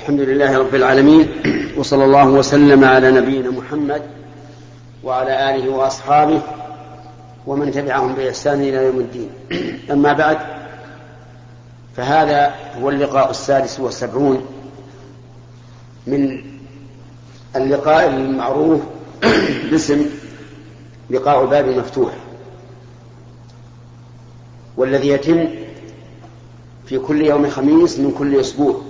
الحمد لله رب العالمين، وصلى الله وسلم على نبينا محمد وعلى آله وأصحابه ومن تبعهم بإحسان إلى يوم الدين. أما بعد، فهذا هو اللقاء 76 من اللقاء المعروف باسم لقاء باب مفتوح، والذي يتم في كل يوم خميس من كل أسبوع،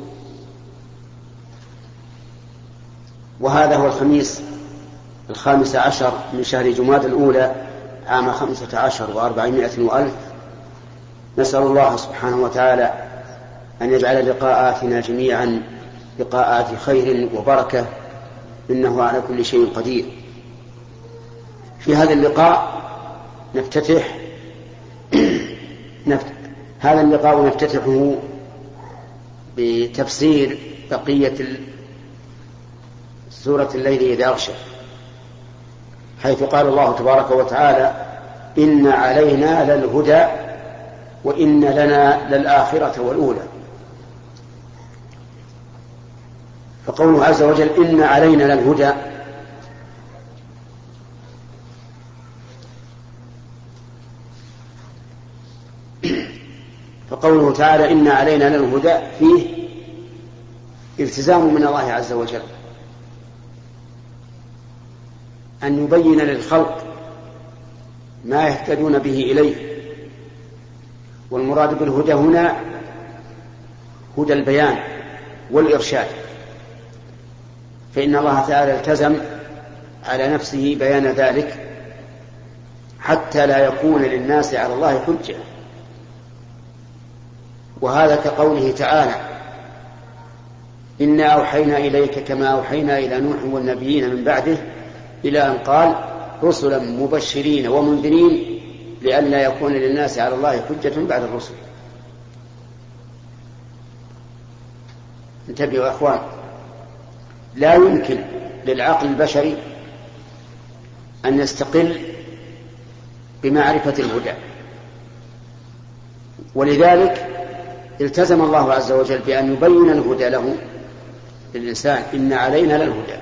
وهذا هو الخميس 15 من شهر جمادى الأولى عام 15 و400 وألف. نسأل الله سبحانه وتعالى أن يجعل لقاءاتنا جميعا لقاءات خير وبركة، إنه على كل شيء قدير. في هذا اللقاء هذا اللقاء نفتتحه بتفسير بقية سورة الليل إذا أغشى، حيث قال الله تبارك وتعالى: إن علينا للهدى وإن لنا للآخرة والأولى. فقوله عز وجل إن علينا للهدى، فقوله تعالى إن علينا للهدى فيه التزام من الله عز وجل أن يبين للخلق ما يهتدون به إليه. والمراد بالهدى هنا هدى البيان والإرشاد، فإن الله تعالى التزم على نفسه بيان ذلك حتى لا يكون للناس على الله حجة. وهذا كقوله تعالى: إنا أوحينا إليك كما أوحينا إلى نوح والنبيين من بعده، إلى أن قال: رسلا مبشرين ومنذرين لئلا يكون للناس على الله حجة بعد الرسل. انتبهوا يا أخوان، لا يمكن للعقل البشري أن يستقل بمعرفة الهدى، ولذلك التزم الله عز وجل بأن يبين الهدى له للإنسان. إن علينا للهدى.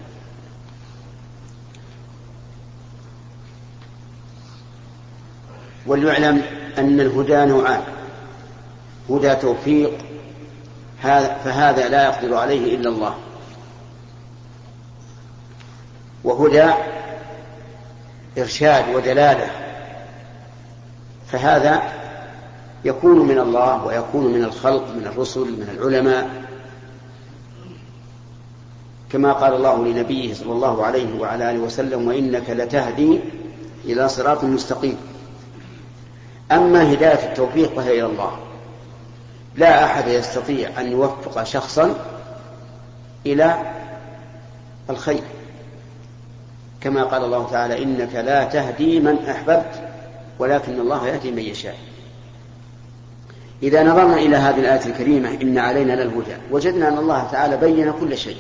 وليعلم أن الهدى نوعان: هدى توفيق، فهذا لا يقدر عليه إلا الله، وهدى إرشاد ودلالة، فهذا يكون من الله ويكون من الخلق، من الرسل، من العلماء، كما قال الله لنبيه صلى الله عليه وعلى آله وسلم: وإنك لتهدي إلى صراط مستقيم. أما هداية التوفيق فهي إلى الله، لا أحد يستطيع أن يوفق شخصا إلى الخير، كما قال الله تعالى: إنك لا تهدي من أحببت ولكن الله يهدي من يشاء. إذا نظرنا إلى هذه الآية الكريمة إن علينا للهدى، وجدنا أن الله تعالى بين كل شيء،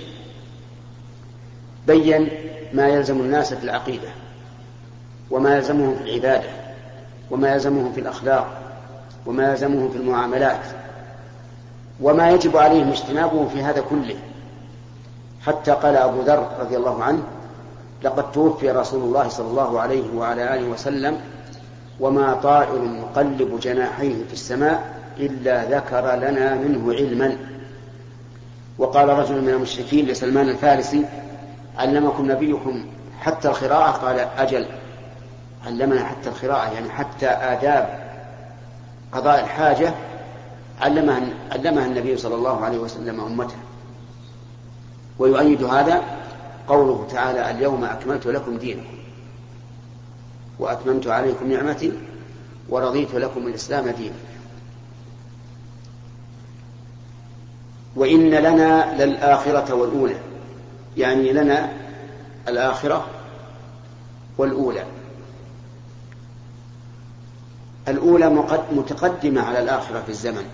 بين ما يلزم الناس في العقيدة، وما يلزمهم في العبادة، وما يلزمهم في الأخلاق، وما يلزمهم في المعاملات، وما يجب عليهم اجتنابه في هذا كله. حتى قال أبو ذر رضي الله عنه: لقد توفي رسول الله صلى الله عليه وعلى آله وسلم وما طائر يقلب جناحيه في السماء إلا ذكر لنا منه علما. وقال رجل من المشركين لسلمان الفارسي: علمكم نبيكم حتى القراءة؟ قال: أجل، علمنا حتى القراءة، يعني حتى آداب قضاء الحاجة علمها النبي صلى الله عليه وسلم أمته. ويؤيد هذا قوله تعالى: اليوم أكملت لكم دينكم وأتممت عليكم نعمتي ورضيت لكم الإسلام دينا. وإن لنا للآخرة والأولى، يعني لنا الآخرة والأولى. الأولى متقدمة على الآخرة في الزمن،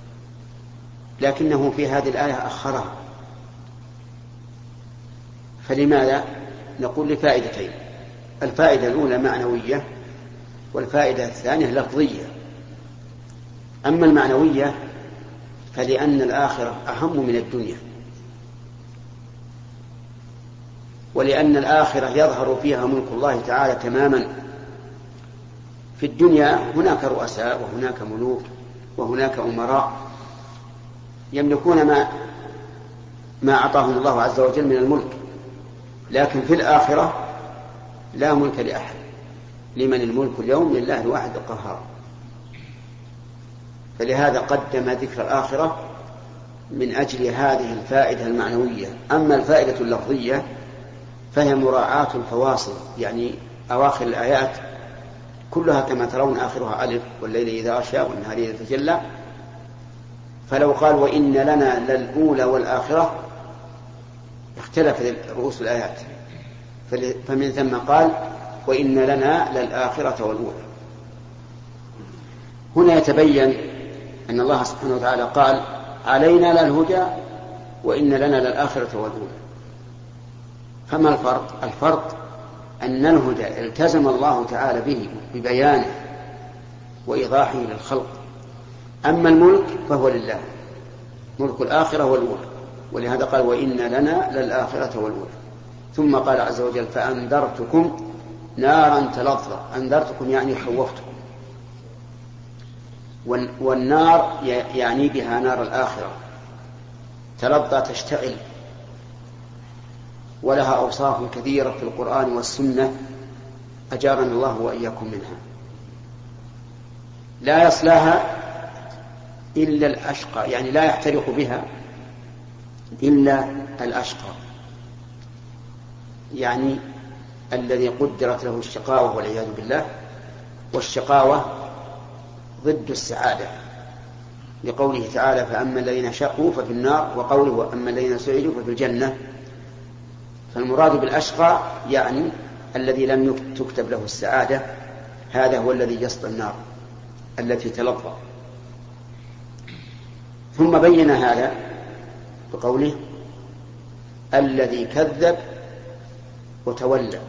لكنه في هذه الآية أخرها. فلماذا؟ نقول لفائدتين: الفائدة الأولى معنوية، والفائدة الثانية لفظية. أما المعنوية فلأن الآخرة أهم من الدنيا، ولأن الآخرة يظهر فيها ملك الله تعالى تماما. في الدنيا هناك رؤساء وهناك ملوك وهناك أمراء يملكون ما أعطاهم الله عز وجل من الملك، لكن في الآخرة لا ملك لأحد. لمن الملك اليوم؟ لله الواحد القهار. فلهذا قدم ذكر الآخرة من أجل هذه الفائدة المعنوية. أما الفائدة اللفظية فهي مراعاة الفواصل، يعني أواخر الآيات كلها كما ترون آخرها ألف والليل إذا غشى والنهار إذا تجلى. فلو قال وإن لنا للأولى والآخرة اختلف رؤوس الآيات، فمن ثم قال وإن لنا للآخرة والأولى. هنا يتبين أن الله سبحانه وتعالى قال علينا للهدى وإن لنا للآخرة والأولى. فما الفرق؟ الفرق أن الهدى التزم الله تعالى به ببيانه وإيضاحه للخلق، أما الملك فهو لله، ملك الآخرة والأولى. ولهذا قال وإن لنا للآخرة والأولى. ثم قال عز وجل فأنذرتكم نارا تلظى. أنذرتكم يعني خوفتكم، والنار يعني بها نار الآخرة تلظى تشتعل، ولها أوصاف كثيرة في القرآن والسنة أجارنا الله وإياكم منها. لا يصلاها إلا الأشقى، يعني لا يحترق بها إلا الأشقى، يعني الذي قدرت له الشقاوة والعياذ بالله. والشقاوة ضد السعادة، لقوله تعالى فأما الذين شقوا ففي النار، وقوله وأما الذين سعدوا ففي الجنة. فالمراد بالأشقى يعني الذي لم تكتب له السعادة، هذا هو الذي يصل النار التي تلظى. ثم بين هذا بقوله الذي كذب وتولى.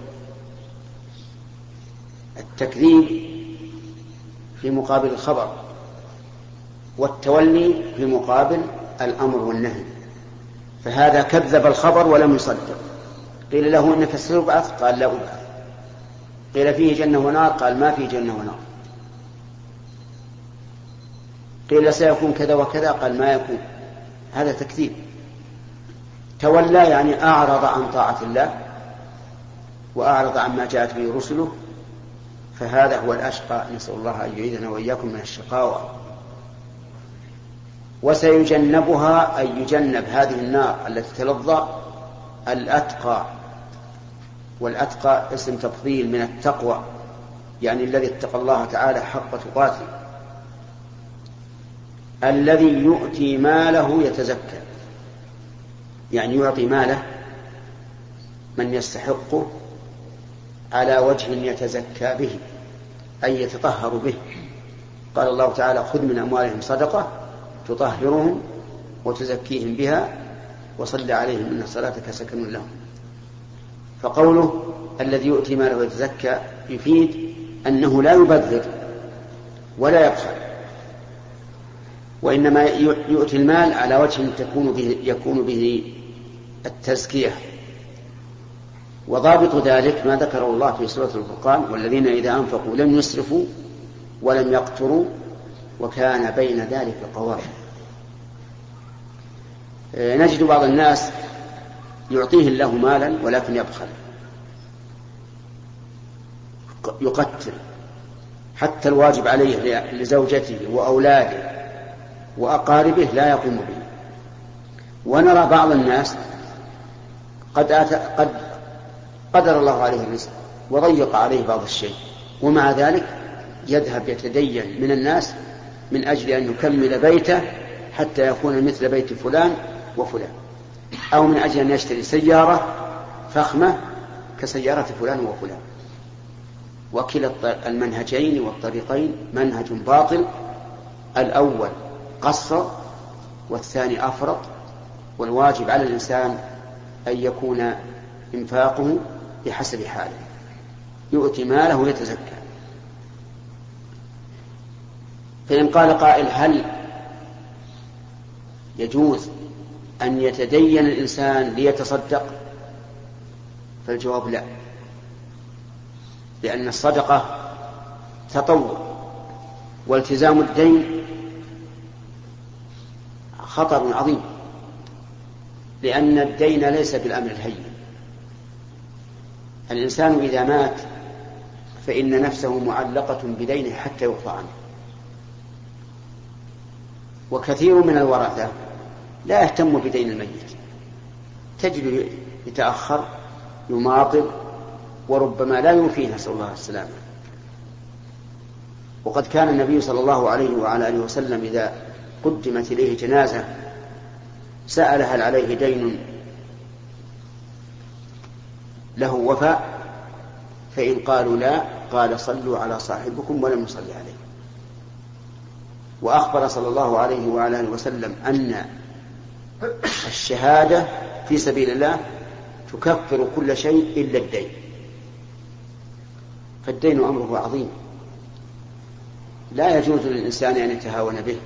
التكذيب في مقابل الخبر، والتولي في مقابل الأمر والنهي. فهذا كذب الخبر ولم يصدق. قيل له إنك ستبعث، قال لا أبعث. قيل فيه جنة ونار، قال ما فيه جنة ونار. قيل سيكون كذا وكذا، قال ما يكون. هذا تكذيب. تولى يعني أعرض عن طاعة الله وأعرض عما جاءت به رسله، فهذا هو الأشقى. نسأل الله أن يعيذنا وإياكم من الشقاوة. وسيجنبها أي يجنب هذه النار التي تلظى الأتقى. والأتقى اسم تفضيل من التقوى، يعني الذي اتقى الله تعالى حق تقاته، الذي يؤتي ماله يتزكى، يعني يعطي ماله من يستحقه على وجه يتزكى به، أي يتطهر به. قال الله تعالى خذ من أموالهم صدقة تطهرهم وتزكيهم بها وصل عليهم إن صلاتك سكن لهم. فقوله الذي يؤتي ماله يتزكى يفيد أنه لا يبذر ولا يبخل، وإنما يؤتي المال على وجه يكون به التزكية. وضابط ذلك ما ذكره الله في سورة الفرقان والذين إذا أنفقوا لم يسرفوا ولم يقتروا وكان بين ذلك قواما. نجد بعض الناس يعطيه الله مالا ولكن يبخل، يقتل حتى الواجب عليه لزوجته وأولاده وأقاربه لا يقوم به. ونرى بعض الناس قد قدر الله عليه الرزق وضيق عليه بعض الشيء، ومع ذلك يذهب يتدين من الناس من أجل أن يكمل بيته حتى يكون مثل بيت فلان وفلان، أو من أجل أن يشتري سيارة فخمة كسيارة فلان وفلان. وكلا المنهجين والطريقين منهج باطل. الأول قصر والثاني أفرط، والواجب على الإنسان أن يكون إنفاقه بحسب حاله، يؤتي ماله يتزكى. فإن قال قائل هل يجوز أن يتدين الإنسان ليتصدق؟ فالجواب لا، لأن الصدقة تطوع، والتزام الدين خطر عظيم، لأن الدين ليس بالأمر الهين. الإنسان إذا مات فإن نفسه معلقة بدينه حتى يقضى عنه، وكثير من الورثة لا يهتم بدين الميت، تجد يتأخر يماطل وربما لا يوفيه، نسأل الله السلامة. وقد كان النبي صلى الله عليه وعلى آله وسلم إذا قدمت إليه جنازة سأل هل عليه دين له وفاء، فإن قالوا لا قال صلوا على صاحبكم ولم يصلي عليه. وأخبر صلى الله عليه وعلى آله وسلم أن الشهادة في سبيل الله تكفر كل شيء إلا الدين، فالدين أمره عظيم لا يجوز للإنسان أن يتهاون به.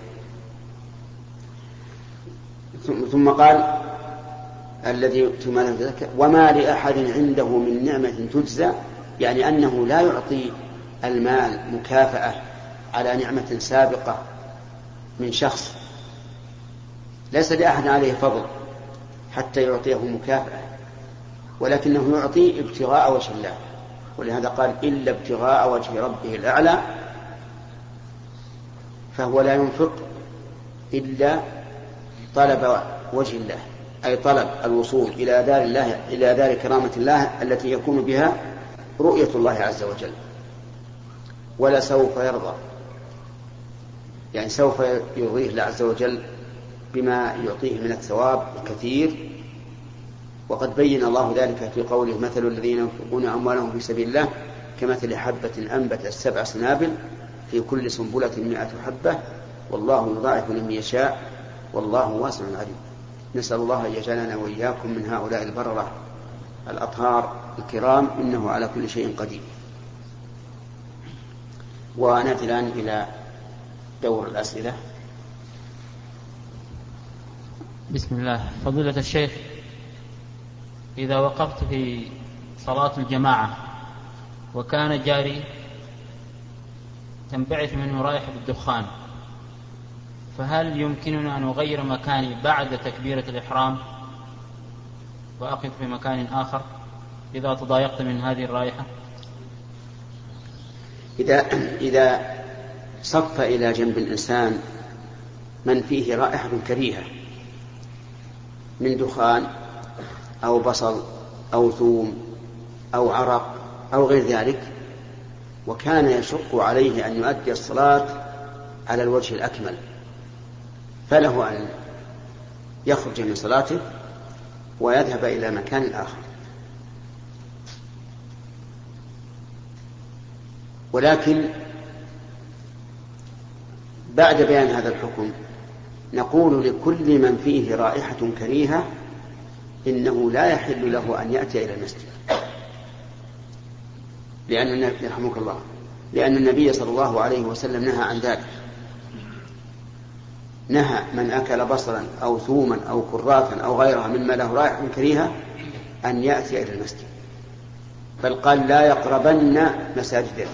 ثم قال الذي تماله ذلك وما لأحد عنده من نعمة تجزى، يعني أنه لا يعطي المال مكافأة على نعمة سابقة من شخص، ليس لأحد عليه فضل حتى يعطيه مكافأة، ولكنه يعطي ابتغاء وجه الله، ولهذا قال إلا ابتغاء وجه ربه الأعلى، فهو لا ينفق إلا طلب وجه الله، أي طلب الوصول إلى دار الله، إلى دار كرامة الله التي يكون بها رؤية الله عز وجل. ولا سوف يرضى، يعني سوف يرضيه الله عز وجل بما يعطيه من الثواب الكثير. وقد بين الله ذلك في قوله مثل الذين ينفقون أموالهم في سبيل الله كمثل حبة أنبتت 7 سنابل في كل سنبلة 100 حبة والله يضاعف لمن يشاء والله واسع عليم. نسأل الله أن يجعلنا وإياكم من هؤلاء البررة الأطهار الكرام، إنه على كل شيء قدير. ونأتي الآن إلى دور الأسئلة. بسم الله. فضيلة الشيخ، إذا وقفت في صلاة الجماعة وكان جاري تنبعث منه رائحة الدخان، فهل يمكننا أن أغير مكاني بعد تكبيرة الإحرام وأقف في مكان آخر إذا تضايقت من هذه الرائحة؟ إذا صف إلى جنب الإنسان من فيه رائحة كريهة من دخان أو بصل أو ثوم أو عرق أو غير ذلك، وكان يشق عليه أن يؤدي الصلاة على الوجه الأكمل، فله أن يخرج من صلاته ويذهب إلى مكان آخر. ولكن بعد بيان هذا الحكم نقول لكل من فيه رائحة كريهة إنه لا يحل له أن يأتي إلى المسجد، يرحمك الله، لأن النبي صلى الله عليه وسلم نهى عن ذلك، نهى من أكل بصلا أو ثوما أو كراثا أو غيرها مما له رائحة كريهة أن يأتي إلى المسجد، بل قال لا يقربن مساجدنا،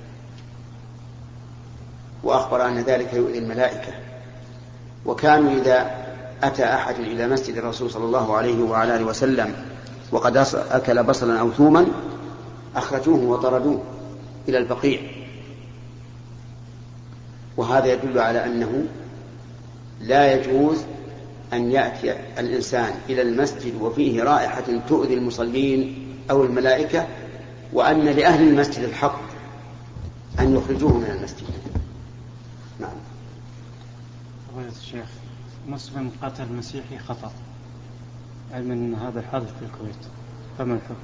وأخبر أن ذلك يؤذي الملائكة. وكانوا إذا أتى أحد إلى مسجد الرسول صلى الله عليه وعلى آله وسلم وقد أكل بصلا أو ثوما أخرجوه وطردوه إلى البقيع، وهذا يدل على أنه لا يجوز أن يأتي الإنسان إلى المسجد وفيه رائحة تؤذي المصلين أو الملائكة، وأن لأهل المسجد الحق أن يخرجوه من المسجد. نعم. فضيلة الشيخ، مسلم قتل مسيحي خطأ، علما أن هذا حادث في الكويت، فما الحكم؟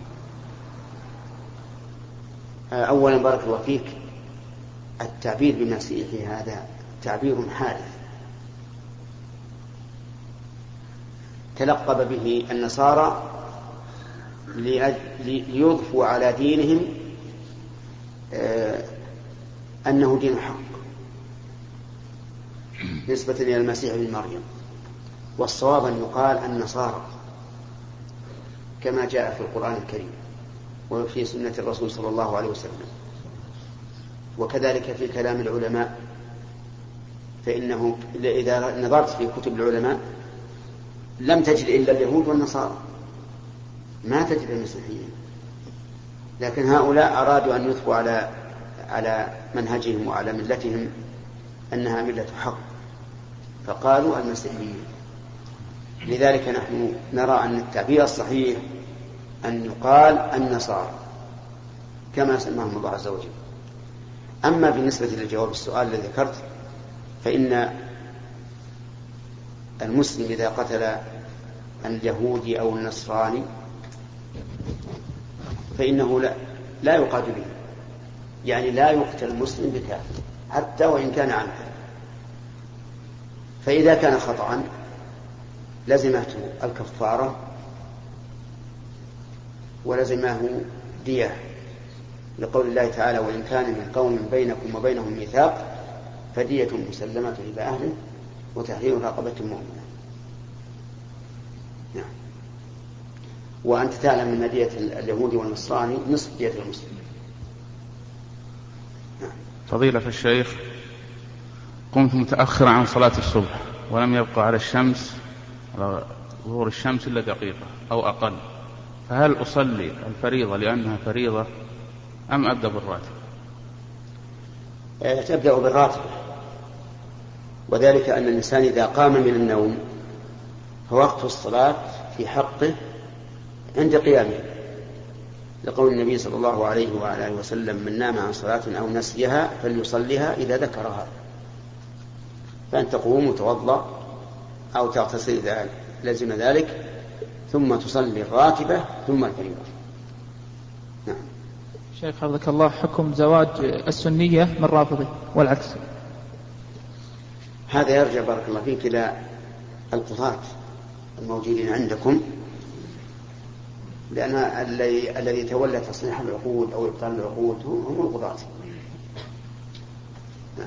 أولا بارك الله فيك، التعبير بمسيحي هذا تعبير حادث تلقب به النصارى ليضفوا على دينهم أنه دين حق نسبة إلى المسيح بن مريم، والصواب أن يقال النصارى كما جاء في القرآن الكريم. وفي سنة الرسول صلى الله عليه وسلم. وكذلك في كلام العلماء، فإنه إذا نظرت في كتب العلماء لم تجد إلا اليهود والنصارى، ما تجد المسيحيين. لكن هؤلاء أرادوا أن يثبوا على منهجهم وعلى ملتهم أنها ملة حق، فقالوا المسيحيين. لذلك نحن نرى أن التعبير الصحيح أن يقال النصارى كما سماهم الله عز وجل. أما بالنسبة لجواب السؤال الذي ذكرت، فإن المسلم إذا قتل اليهودي أو النصراني فإنه لا يقاد به، يعني لا يقتل المسلم بكافر حتى وإن كان عمدا. فإذا كان خطأ لزمته الكفارة ولزمه دية، لقول الله تعالى: وإن كان من قوم بينكم وبينهم ميثاق فدية مسلمة إلى أهله وتحرير رقبة مؤمنة. نعم. وأنت تعلم أن دية اليهود والنصراني نصف دية المسلم. نعم. فضيلة الشيخ، قمت متأخرا عن صلاة الصبح ولم يبقى على الشمس على ظهور الشمس إلا دقيقة أو أقل، فهل أصلي الفريضة لأنها فريضة أم أبدأ بالراتب؟ تبدأ بالراتب، وذلك أن الإنسان إذا قام من النوم فوقت الصلاة في حقه عند قيامه، لقول النبي صلى الله عليه وعلى آله وسلم: من نام عن صلاة أو نسيها فليصليها إذا ذكرها. فأن تقوم وتوضأ أو تغتسل إذا لزم ذلك، ثم تصلي الراتبة ثم الفريضة. نعم. شيخ حفظك الله، حكم زواج السنية من رافضي والعكس؟ هذا يرجع بارك الله فيك إلى القضاة الموجودين عندكم، لأن الذي تولى تصليح العقود أو إبطال العقود هم القضاة. نعم.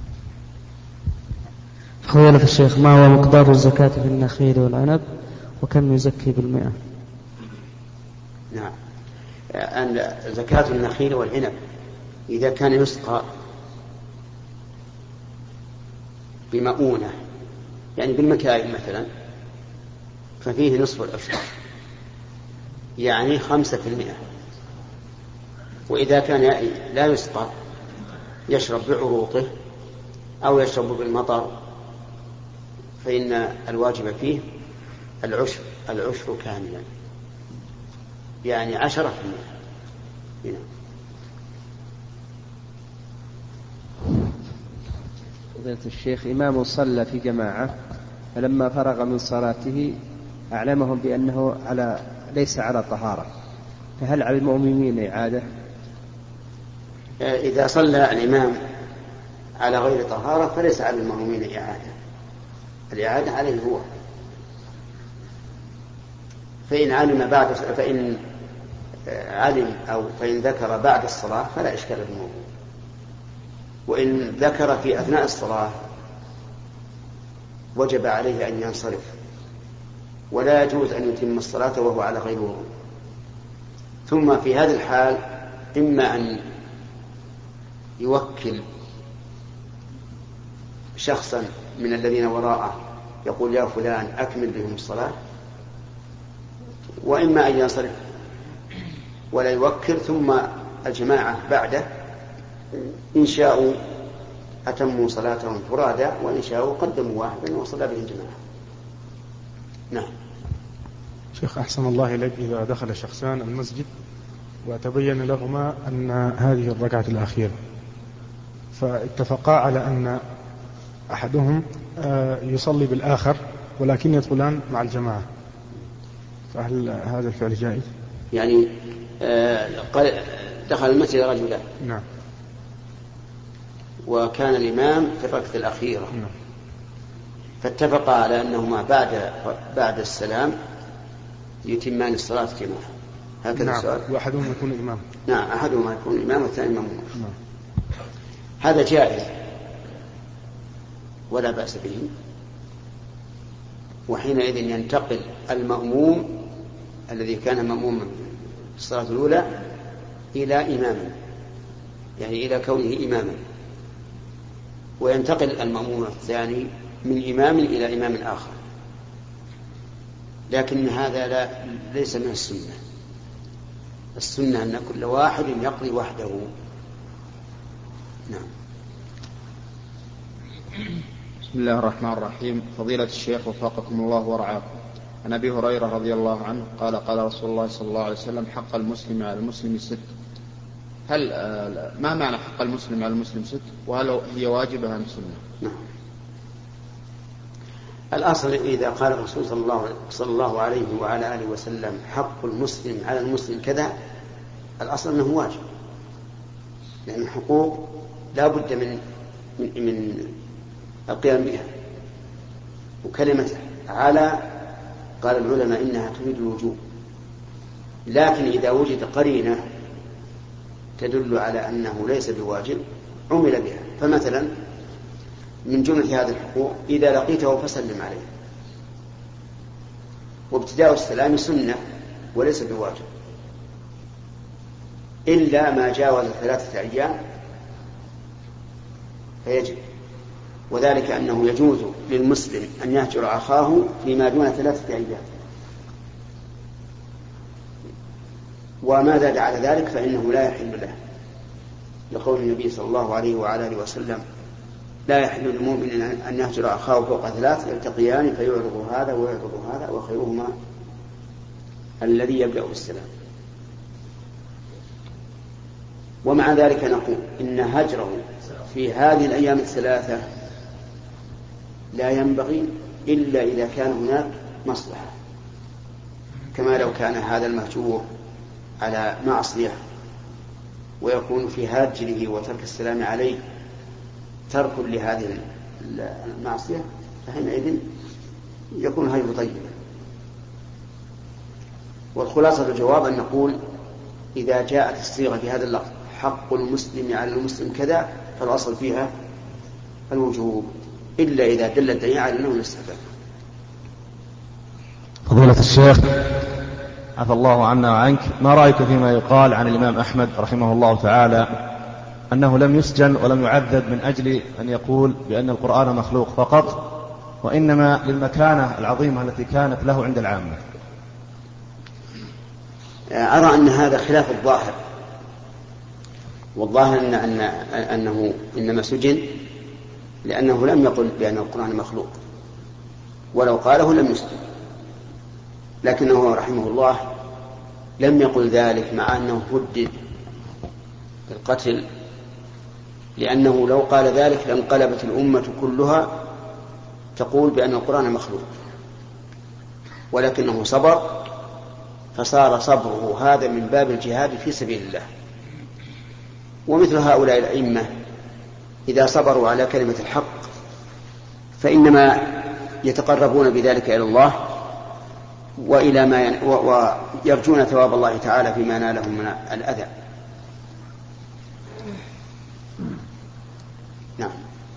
فضيلة الشيخ، ما هو مقدار الزكاة في النخيل والعنب وكم يزكي بالمئة؟ نعم. أن زكاة النخيل والعنب إذا كان يسقى بمؤونة، يعني بالمكائن مثلا، ففيه نصف العشر، يعني 5%. وإذا كان لا يسقى، يشرب بعروقه أو يشرب بالمطر، فإن الواجب فيه العشر كاملا، يعني 10%. فضيلة الشيخ، إمام صلى في جماعة فلما فرغ من صلاته أعلمهم بأنه ليس على طهارة، فهل على المؤمنين إعادة؟ إذا صلى الإمام على غير طهارة فليس على المؤمنين إعادة، الإعادة عليه هو. فإن علم أو فإن ذكر بعد الصلاة فلا إشكال بالموضوع، وإن ذكر في أثناء الصلاة وجب عليه أن ينصرف، ولا يجوز أن يتم الصلاة وهو على غير وضوء. ثم في هذا الحال إما أن يوكل شخصا من الذين وراءه يقول: يا فلان أكمل بهم الصلاة، وإما أن ينصرف ولا يوكل، ثم الجماعة بعده إن شاءوا أتموا صلاتهم فرادى، وإن شاءوا قدموا واحدا وصلى بهم جماعة. نعم. شيخ أحسن الله إليك، إذا دخل شخصان المسجد وتبين لهما أن هذه الركعة الأخيرة، فاتفقا على أن أحدهم يصلي بالآخر ولكن يدخلان مع الجماعة، فهل هذا الفعل جائز؟ يعني دخل المسجد رجلان، نعم، وكان الإمام في الركعة الأخيرة، نعم، فاتفقا على أنهما بعد السلام يتمان الصلاة جماعة، هكذا نعم. السؤال. وأحدهما يكون إمام. نعم، أحدهما يكون إمام والثاني إمام. نعم. هذا جائز ولا بأس به، وحينئذ ينتقل المأموم الذي كان مأموما في الصلاة الأولى إلى إمام، يعني إلى كونه إماما، وينتقل المأموم الثاني من إمام إلى إمام آخر، لكن هذا ليس من السنة. السنة أن كل واحد يقضي وحده. نعم. بسم الله الرحمن الرحيم. فضيلة الشيخ وفقكم الله ورعاكم، عن أبي هريرة رضي الله عنه قال قال رسول الله صلى الله عليه وسلم: حق المسلم على المسلم 6. ما معنى حق المسلم على المسلم 6؟ وهل هي واجبة أم سنة؟ نعم. الأصل إذا قال الرسول صلى الله عليه وعلى آله وسلم حق المسلم على المسلم كذا، الأصل أنه واجب، لأن الحقوق لا بد من القيام بها. وكلمة على قال العلماء إنها تريد الوجوب، لكن إذا وجد قرينة تدل على أنه ليس بواجب عمل بها. فمثلا من جملة هذه الحقوق: إذا لقيته فسلم عليه، وابتداء السلام سنة وليس بواجب، إلا ما جاوز 3 أيام فيجب، وذلك أنه يجوز للمسلم أن يهجر أخاه فيما دون 3 أيام، وما زاد على ذلك فإنه لا يحل له، لقول النبي صلى الله عليه وعلى آله وسلم: لا يحل للمؤمن أن يهجر أخاه فوق 3 يلتقيان فيعرض هذا ويعرض هذا وخيرهما الذي يبدأ بالسلام. ومع ذلك نقول إن هجره في هذه الأيام 3 لا ينبغي إلا إذا كان هناك مصلحة، كما لو كان هذا المهجور على معصية ويكون في هجره وترك السلام عليه ترك لهذه المعصية، فحينئذ يكون هجر طيبا. والخلاصة الجواب أن نقول إذا جاءت الصيغة بهذا اللفظ حق المسلم على المسلم كذا، فالأصل فيها الوجوب، إلا إذا دل الدليل على أنه الاستحباب. فضيلة الشيخ عفى الله عنا وعنك، ما رأيك فيما يقال عن الإمام أحمد رحمه الله تعالى أنه لم يسجن ولم يعذب من أجل أن يقول بأن القرآن مخلوق فقط، وإنما للمكانة العظيمة التي كانت له عند العامة؟ أرى أن هذا خلاف الظاهر، والظاهر أنه إنما سجن لأنه لم يقل بأن القرآن مخلوق، ولو قاله لم يسجن، لكنه رحمه الله لم يقل ذلك مع أنه هدد بالقتل، لأنه لو قال ذلك لانقلبت الأمة كلها تقول بأن القرآن مخلوق، ولكنه صبر، فصار صبره هذا من باب الجهاد في سبيل الله. ومثل هؤلاء الأئمة إذا صبروا على كلمة الحق فإنما يتقربون بذلك إلى الله وإلى ما ويرجون ثواب الله تعالى فيما نالهم من الأذى. نعم.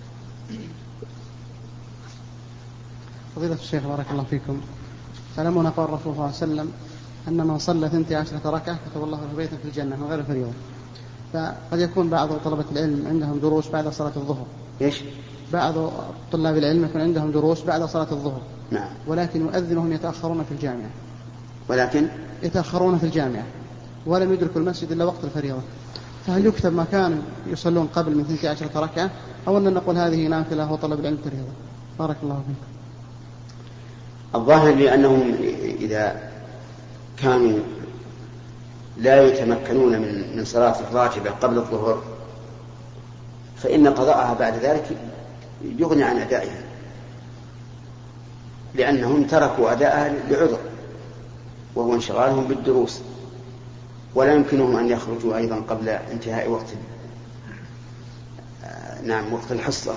فضيلة الشيخ بارك الله فيكم، تعلمون قال الرسول صلى الله عليه وسلم أن من صلى 12 ركعة كتب الله له بيتا في الجنة من غير فريضة. فقد يكون بعض طلبة العلم عندهم دروس بعد صلاة الظهر. إيش؟ بعض طلاب العلم يكون عندهم دروس بعد صلاة الظهر. نعم. ولكن يؤذنهم يتأخرون في الجامعة. ولكن يتأخرون في الجامعة ولم يدركوا المسجد إلا وقت الفريضة، فهل يكتب ما كانوا يصلون قبل من 12 ركعة، أو أن نقول هذه نافلة وطلب العلم فريضة؟ بارك الله فيكم. الظاهر لأنهم إذا كانوا لا يتمكنون من صلاة الراتبة قبل الظهر فإن قضاءها بعد ذلك يغني عن أدائها، لأنهم تركوا أداءها لعذر وهو انشغالهم بالدروس، ولا يمكنهم أن يخرجوا أيضا قبل انتهاء وقت وقت الحصة.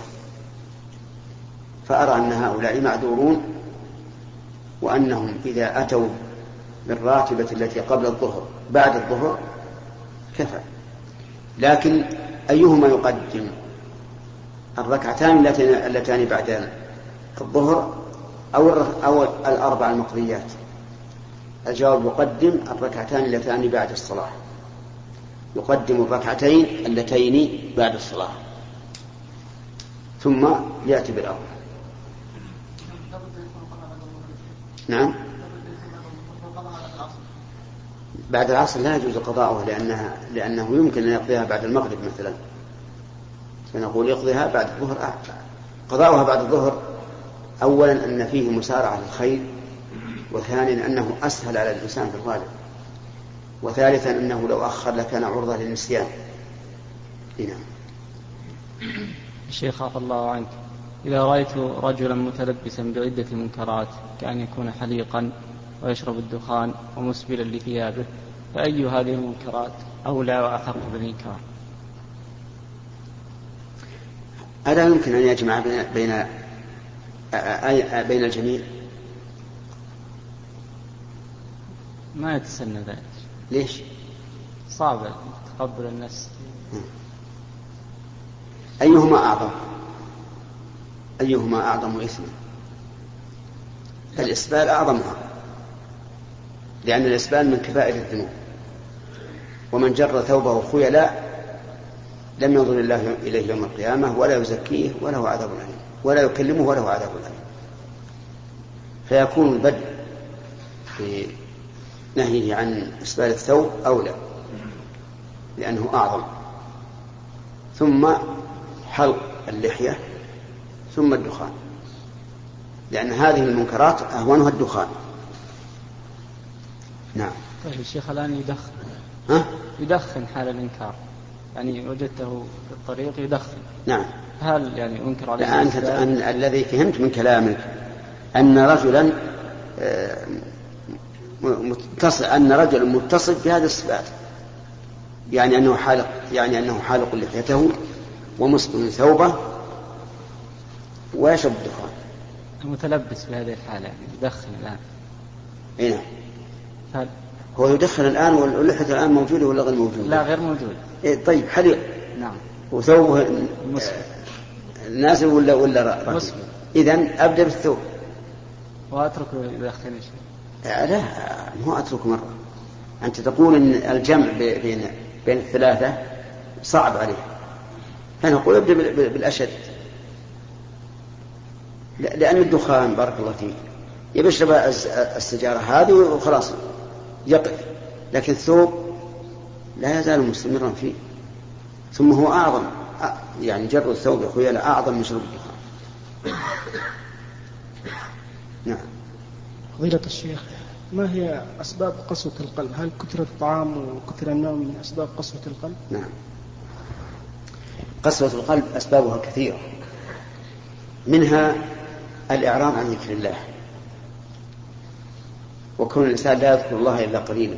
فأرى أن هؤلاء معذورون، وأنهم إذا أتوا بالراتبة التي قبل الظهر بعد الظهر كفى. لكن أيهما يقدم، الركعتان اللتان بعد الظهر أو الأربع المقضيات؟ الجواب يقدم الركعتان اللتان بعد الصلاة، يقدم الركعتين اللتين بعد الصلاة ثم يأتي بالأول. نعم، بعد العصر لا يجوز قضاؤها لأنه يمكن أن يقضيها بعد المغرب مثلا، فنقول يقضيها بعد الظهر. قضاؤها بعد الظهر أولا أن فيه مسارعة للخير، وثانيا أنه أسهل على الإنسان في الغالب، وثالثا أنه لو أخر لكان عرضة للنسيان. نعم. الشيخ عفى الله عنك، إذا رأيت رجلا متلبسا بعدة المنكرات كأن يكون حليقا ويشرب الدخان ومسبلا لثيابه، فأي هذه المنكرات أولى وأحق بالإنكار؟ ألا يمكن أن يجمع بين الجميع؟ ما يتسنى ذلك. ليش؟ صعب تقبل الناس. أيهما أعظم إثما؟ الإسبال أعظمها، لأن الإسبال من كبائر الذنوب، ومن جر ثوبه خيلا لم ينظر الله إليه يوم القيامة ولا يزكيه وله عذاب أليم، ولا يكلمه وله عذاب أليم. فيكون البدء في نهيه عن إسبال الثوب أولى لأنه أعظم، ثم حلق اللحية، ثم الدخان، لأن هذه المنكرات أهونها الدخان. نعم. طيب الشيخ الآن يدخن حال الإنكار، يعني وجدته في الطريق يدخن. نعم. هل يعني أنكر عليه؟ أنت الذي فهمت من كلامك أن رجلا متصف بهذه الصفات، يعني أنه حالق لحيته ومسبل ثوبه ويشرب الدخان. المتلبس بهذه الحالة يعني يدخن الآن. نعم. هو يدخن الآن واللحية الآن موجودة ولا غير موجودة؟ لا، غير موجودة. طيب حليق. نعم. وثوبه نازل ولا مسبل. إذن أبدأ بالثوب وأتركه يدخن شيء. لا، مو أترك مرة. أنت تقول إن الجمع بين الثلاثة صعب عليه، فنقول ابدأ بالأشد، لأن الدخان بارك الله فيك يشرب السجارة هذه وخلاص يقف، لكن الثوب لا يزال مستمرا فيه، ثم هو أعظم، يعني جر الثوب خيال أعظم من شرب الدخان. نعم. فضيلة الشيخ، ما هي أسباب قسوة القلب؟ هل كثرة الطعام وكثرة النوم من أسباب قسوة القلب؟ نعم. قسوة القلب أسبابها كثيرة، منها الإعراض عن ذكر الله، وكون الإنسان لا يذكر الله إلا قليلا.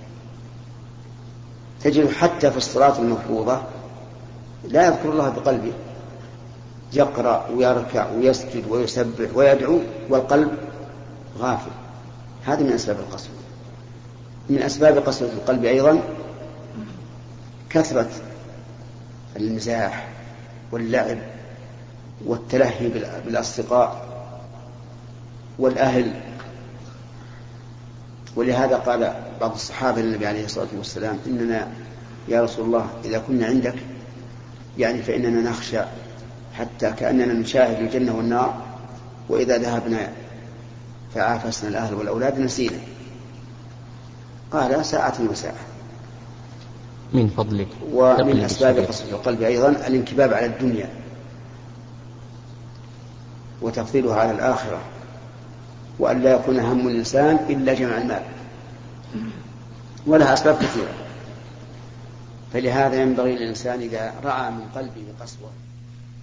تجد حتى في الصلاة المفروضة لا يذكر الله بقلبه، يقرأ ويركع ويسجد ويسبح ويدعو والقلب غافل. هذه من أسباب القسوة. من أسباب قسوة القلب أيضا كثرة المزاح واللعب والتلهي بالأصدقاء والأهل. ولهذا قال بعض الصحابة للنبي عليه الصلاة والسلام: إننا يا رسول الله إذا كنا عندك يعني فإننا نخشى حتى كأننا نشاهد الجنة والنار، وإذا ذهبنا فعافسنا الأهل والأولاد نسينا. قال: ساعة وساعة. من فضلك. ومن أسباب قسوة القلب أيضا الانكباب على الدنيا وتفضيلها على الآخرة، وأن لا يكون هم الإنسان إلا جمع المال، ولها أسباب كثيرة. فلهذا ينبغي للإنسان إذا رأى من قلبه قسوة